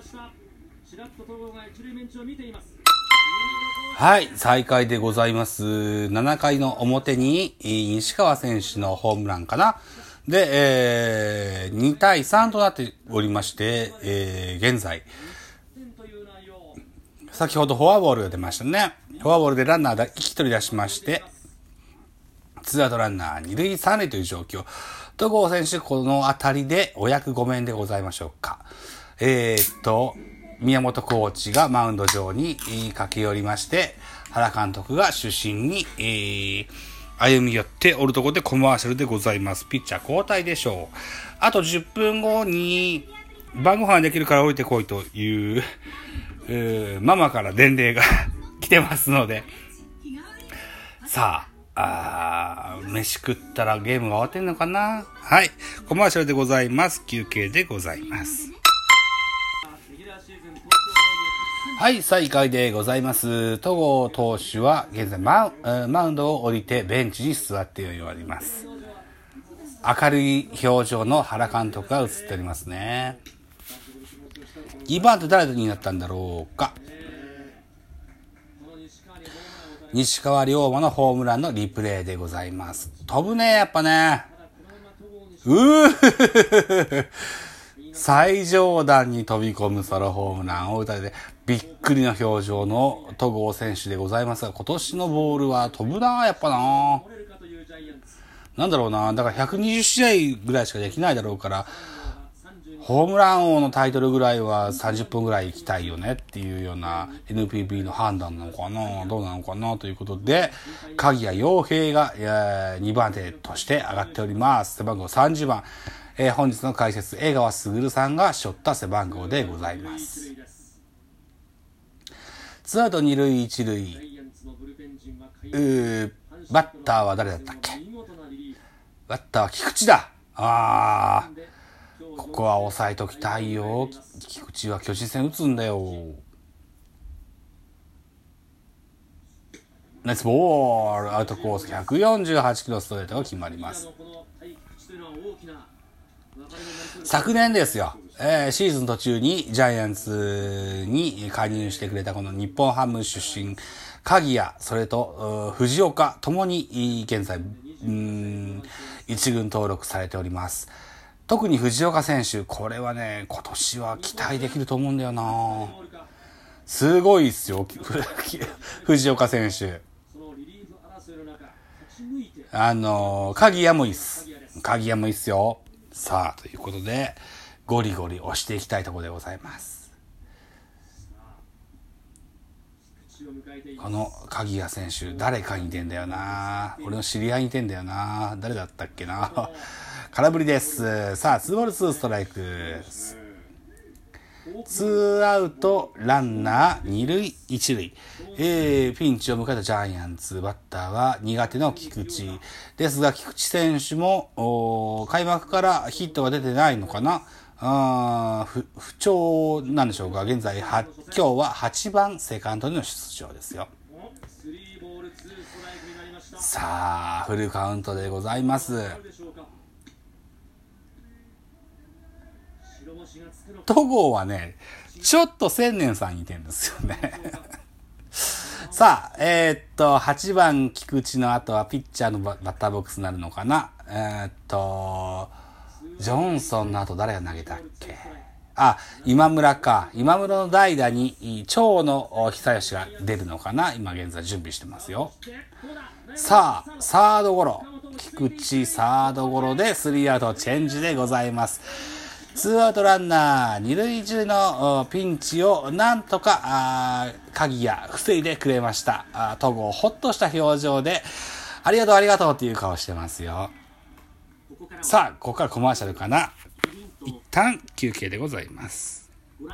はい、再開でございます。7回の表に西川選手のホームランかな。で、2対3となっておりまして、現在、先ほどフォアボールが出ましたね。フォアボールでランナー引き取り出しまして、ツーアウトランナー2塁3塁という状況。戸郷選手、このあたりでお役御免でございましょうか。宮本コーチがマウンド上に駆け寄りまして、原監督が主審に、歩み寄っておるところでコマーシャルでございます。ピッチャー交代でしょう。あと10分後に晩ご飯できるから降りてこいという、ママから伝令が来てますので、さあ、飯食ったらゲームが終わってんのかな。はい、コマーシャルでございます。休憩でございます。はい、再開でございます。戸郷投手は現在マウンドを降りてベンチに座っております。明るい表情の原監督が映っておりますね。2番手誰になったんだろうか。西川龍馬のホームランのリプレイでございます。飛ぶね、やっぱね。最上段に飛び込むソロホームランを打たれてびっくりの表情の戸郷選手でございますが、今年のボールは飛ぶな、やっぱな。なんだろうな、だから120試合ぐらいしかできないだろうから、ホームラン王のタイトルぐらいは30分ぐらい行きたいよねっていうような NPB の判断なのかな、どうなのかなということで、鍵谷陽平が2番手として上がっております。背番号30番。本日の解説、江川卓さんが背負った背番号でございます。ツーアウト2塁1塁。バッターは誰だったっけ。バッターは菊池だ。ここは抑えときたいよ。菊池は巨人戦打つんだよ。ナイスボール。アウトコース148キロストレートが決まります。昨年ですよ、シーズン途中にジャイアンツに加入してくれたこの日本ハム出身鍵谷、それと藤岡ともに現在一軍登録されております。特に藤岡選手、これはね、今年は期待できると思うんだよな。すごいっすよ藤岡選手。鍵谷もいいっす。鍵谷もいいっすよ。さあ、ということでゴリゴリ押していきたいところでございます。この鍵谷選手、誰かに似てんだよな。俺の知り合いに似てんだよな。誰だったっけな。空振りです。さあ、2ボール2ストライク。ツーアウトランナー2塁1塁。ピンチを迎えたジャイアンツ、バッターは苦手の菊池ですが、菊池選手も開幕からヒットが出てないのかな。不調なんでしょうか。現在今日は8番セカンドでの出場ですよ。さあ、フルカウントでございます。戸郷はね、ちょっと千年さんに似てるんですよねさあ、8番菊池の後はピッチャーのバッターボックスになるのかな。ジョンソンの後誰が投げたっけ。今村か。今村の代打に長野久義が出るのかな。今現在準備してますよ。さあ、サードゴロ。菊池サードゴロでスリーアウトチェンジでございます。ツーアウトランナー二塁一塁のピンチをなんとか鍵谷防いでくれました。戸郷ほっとした表情でありがとうありがとうっていう顔してますよ。さあ、ここからコマーシャルかな。一旦休憩でございます。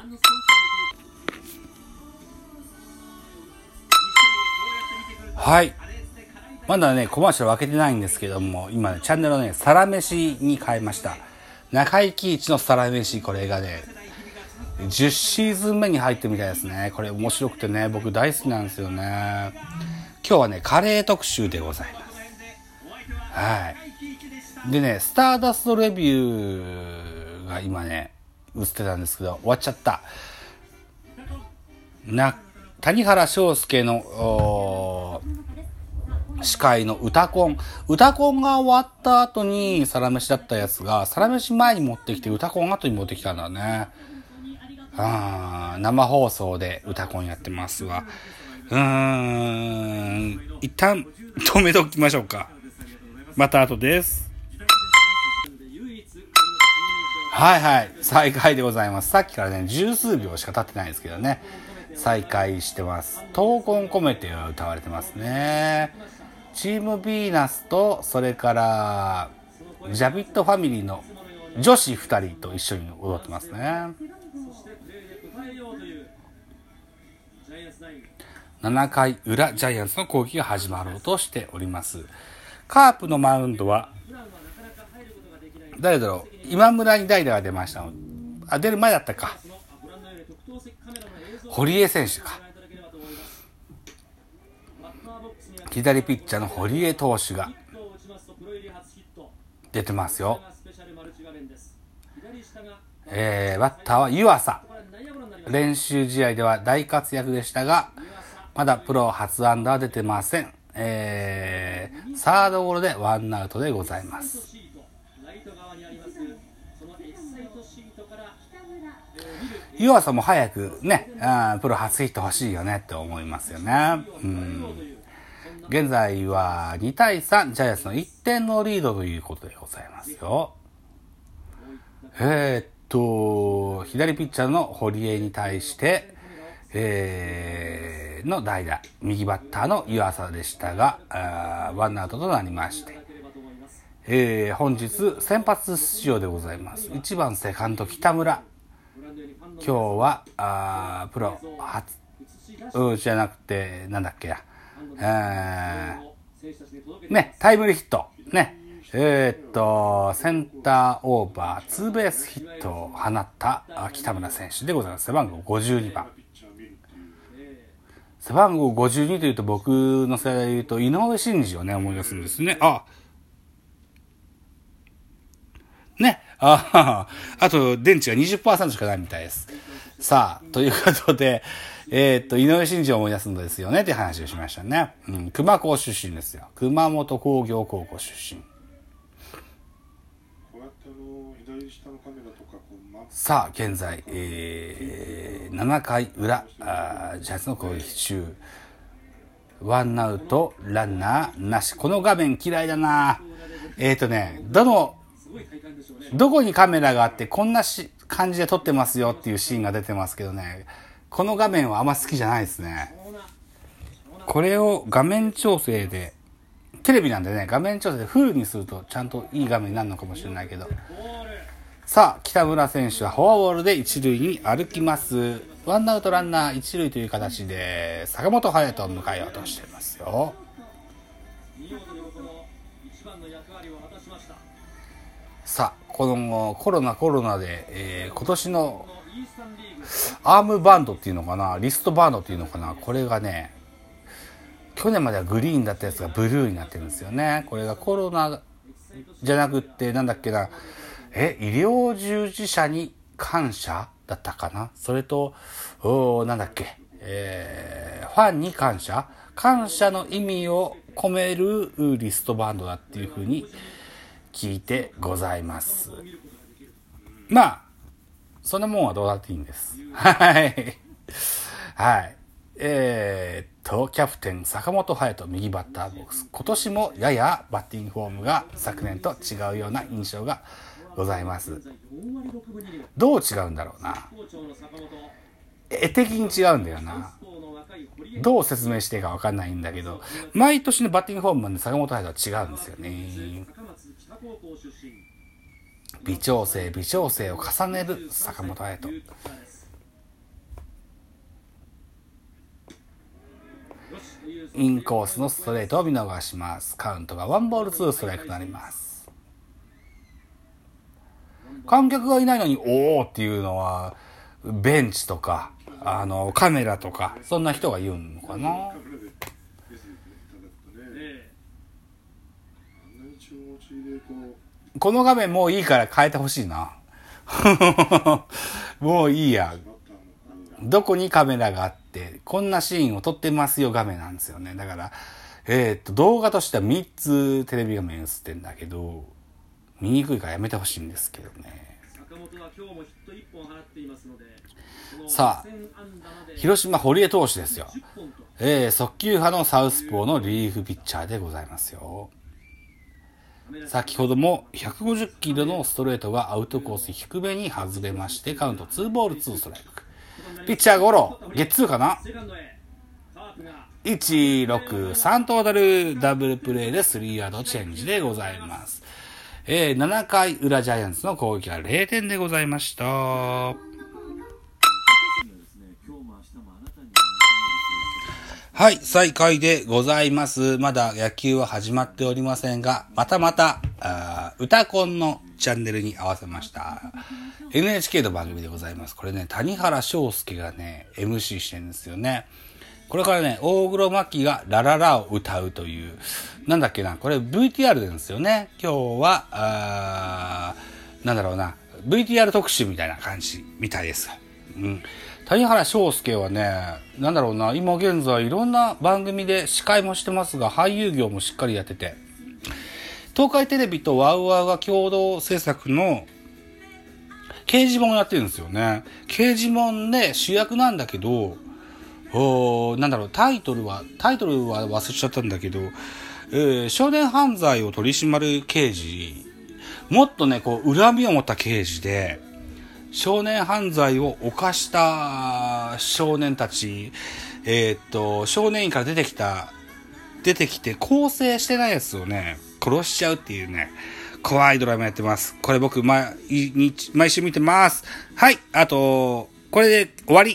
はい、まだねコマーシャル分けてないんですけども、今ねチャンネルをねサラメシに変えました。中井貴一のサラメシ、これがね10シーズン目に入ってみたいですね。これ面白くてね、僕大好きなんですよね。今日はねカレー特集でございます。はい。でね、スターダストレビューが今ね映ってたんですけど終わっちゃった。 谷原章介の司会の歌コンが終わった後にサラメシだったやつが、サラメシ前に持ってきて歌コン後に持ってきたんだね。生放送で歌コンやってますわ。一旦止めておきましょうか。また後です。再開でございます。さっきからね、十数秒しか経ってないですけどね、再開してます。闘魂込めて歌われてますね。チームヴィーナスと、それからジャビットファミリーの女子2人と一緒に踊ってますね。7回裏、ジャイアンツの攻撃が始まろうとしております。カープのマウンドは誰だろう、今村に代打が出ましたの。出る前だったか。堀江選手か。左ピッチャーの堀江投手が出てますよ。バッターは湯浅。練習試合では大活躍でしたが、まだプロ初安打は出てません。サードゴロでワンアウトでございます。湯浅も早くね、プロ初ヒット欲しいよねって思いますよね。現在は2対3、ジャイアンツの1点のリードということでございますよ。左ピッチャーの堀江に対して、の代打、右バッターの湯浅でしたが、ワンアウトとなりまして、本日先発出場でございます。1番セカンド北村。今日はプロ初、じゃなくてなんだっけや、タイムリーヒットね、センターオーバーツーベースヒットを放った北村選手でございます。背番号52番。背番号52というと、僕の世代で言うと井上真司をね思い出すんですね。あと電池が 20% しかないみたいです。さあ、ということで、井上真司を思い出すんですよねって話をしましたね。熊高出身ですよ。熊本工業高校出身。さあ、現在、7回裏、ジャイアンツの攻撃中。ワンアウト、ランナーなし。この画面嫌いだな。どこにカメラがあってこんな感じで撮ってますよっていうシーンが出てますけどね、この画面はあんま好きじゃないですね。これを画面調整で、テレビなんでね、画面調整でフルにするとちゃんといい画面になるのかもしれないけど。さあ、北村選手はフォアボールで一塁に歩きます。ワンアウトランナー一塁という形で坂本勇人を迎えようとしていますよ。さあ、このコロナで、今年のアームバンドっていうのかな、リストバンドっていうのかな、これがね、去年まではグリーンだったやつがブルーになってるんですよね。これがコロナじゃなくってなんだっけな、医療従事者に感謝だったかな、それとなんだっけ、ファンに感謝の意味を込めるリストバンドだっていう風に聞いてございます。まあそんなもんはどうだっていいんです。はいはい。キャプテン坂本勇人、右バッターボックス。今年もややバッティングフォームが昨年と違うような印象がございます。どう違うんだろうな。絵的に違うんだよな。どう説明していいか分かんないんだけど、毎年のバッティングフォームは、ね、坂本勇人は違うんですよね。微調整を重ねる坂本勇人。インコースのストレートを見逃します。カウントが1ボール2ストライクとなります。観客がいないのにおーっていうのはベンチとかカメラとかそんな人が言うのかな。この画面もういいから変えてほしいなもういいや。 どこにカメラがあって、こんなシーンを撮ってますよ画面なんですよね。だから、動画としては3つテレビ画面映ってんだけど、見にくいからやめてほしいんですけどね。さあ、広島堀江投手ですよ。速球派のサウスポーのリリーフピッチャーでございますよ。先ほども150キロのストレートがアウトコース低めに外れまして、カウント2ボール2ストライク。ピッチャーゴロ、ゲッツーかな ?1、6、3トータルダブルプレーで3アウトチェンジでございます。7回裏ジャイアンツの攻撃は0点でございました。はい、再開でございます。まだ野球は始まっておりませんが、また歌コンのチャンネルに合わせました。NHK の番組でございます。これね、谷原章介がね、MC してるんですよね。これからね、大黒摩季がラララを歌うという、なんだっけな、これ VTR ですよね。今日は、VTR 特集みたいな感じみたいです。谷原章介はね、今現在いろんな番組で司会もしてますが、俳優業もしっかりやってて、東海テレビとワウワウが共同制作の刑事本をやってるんですよね。刑事本で主役なんだけど、タイトルは忘れちゃったんだけど、少年犯罪を取り締まる刑事、もっとね、恨みを持った刑事で、少年犯罪を犯した少年たち、少年院から出てきて更生してないやつをね、殺しちゃうっていうね、怖いドラマやってます。これ僕毎週見てます。はい、これで終わり。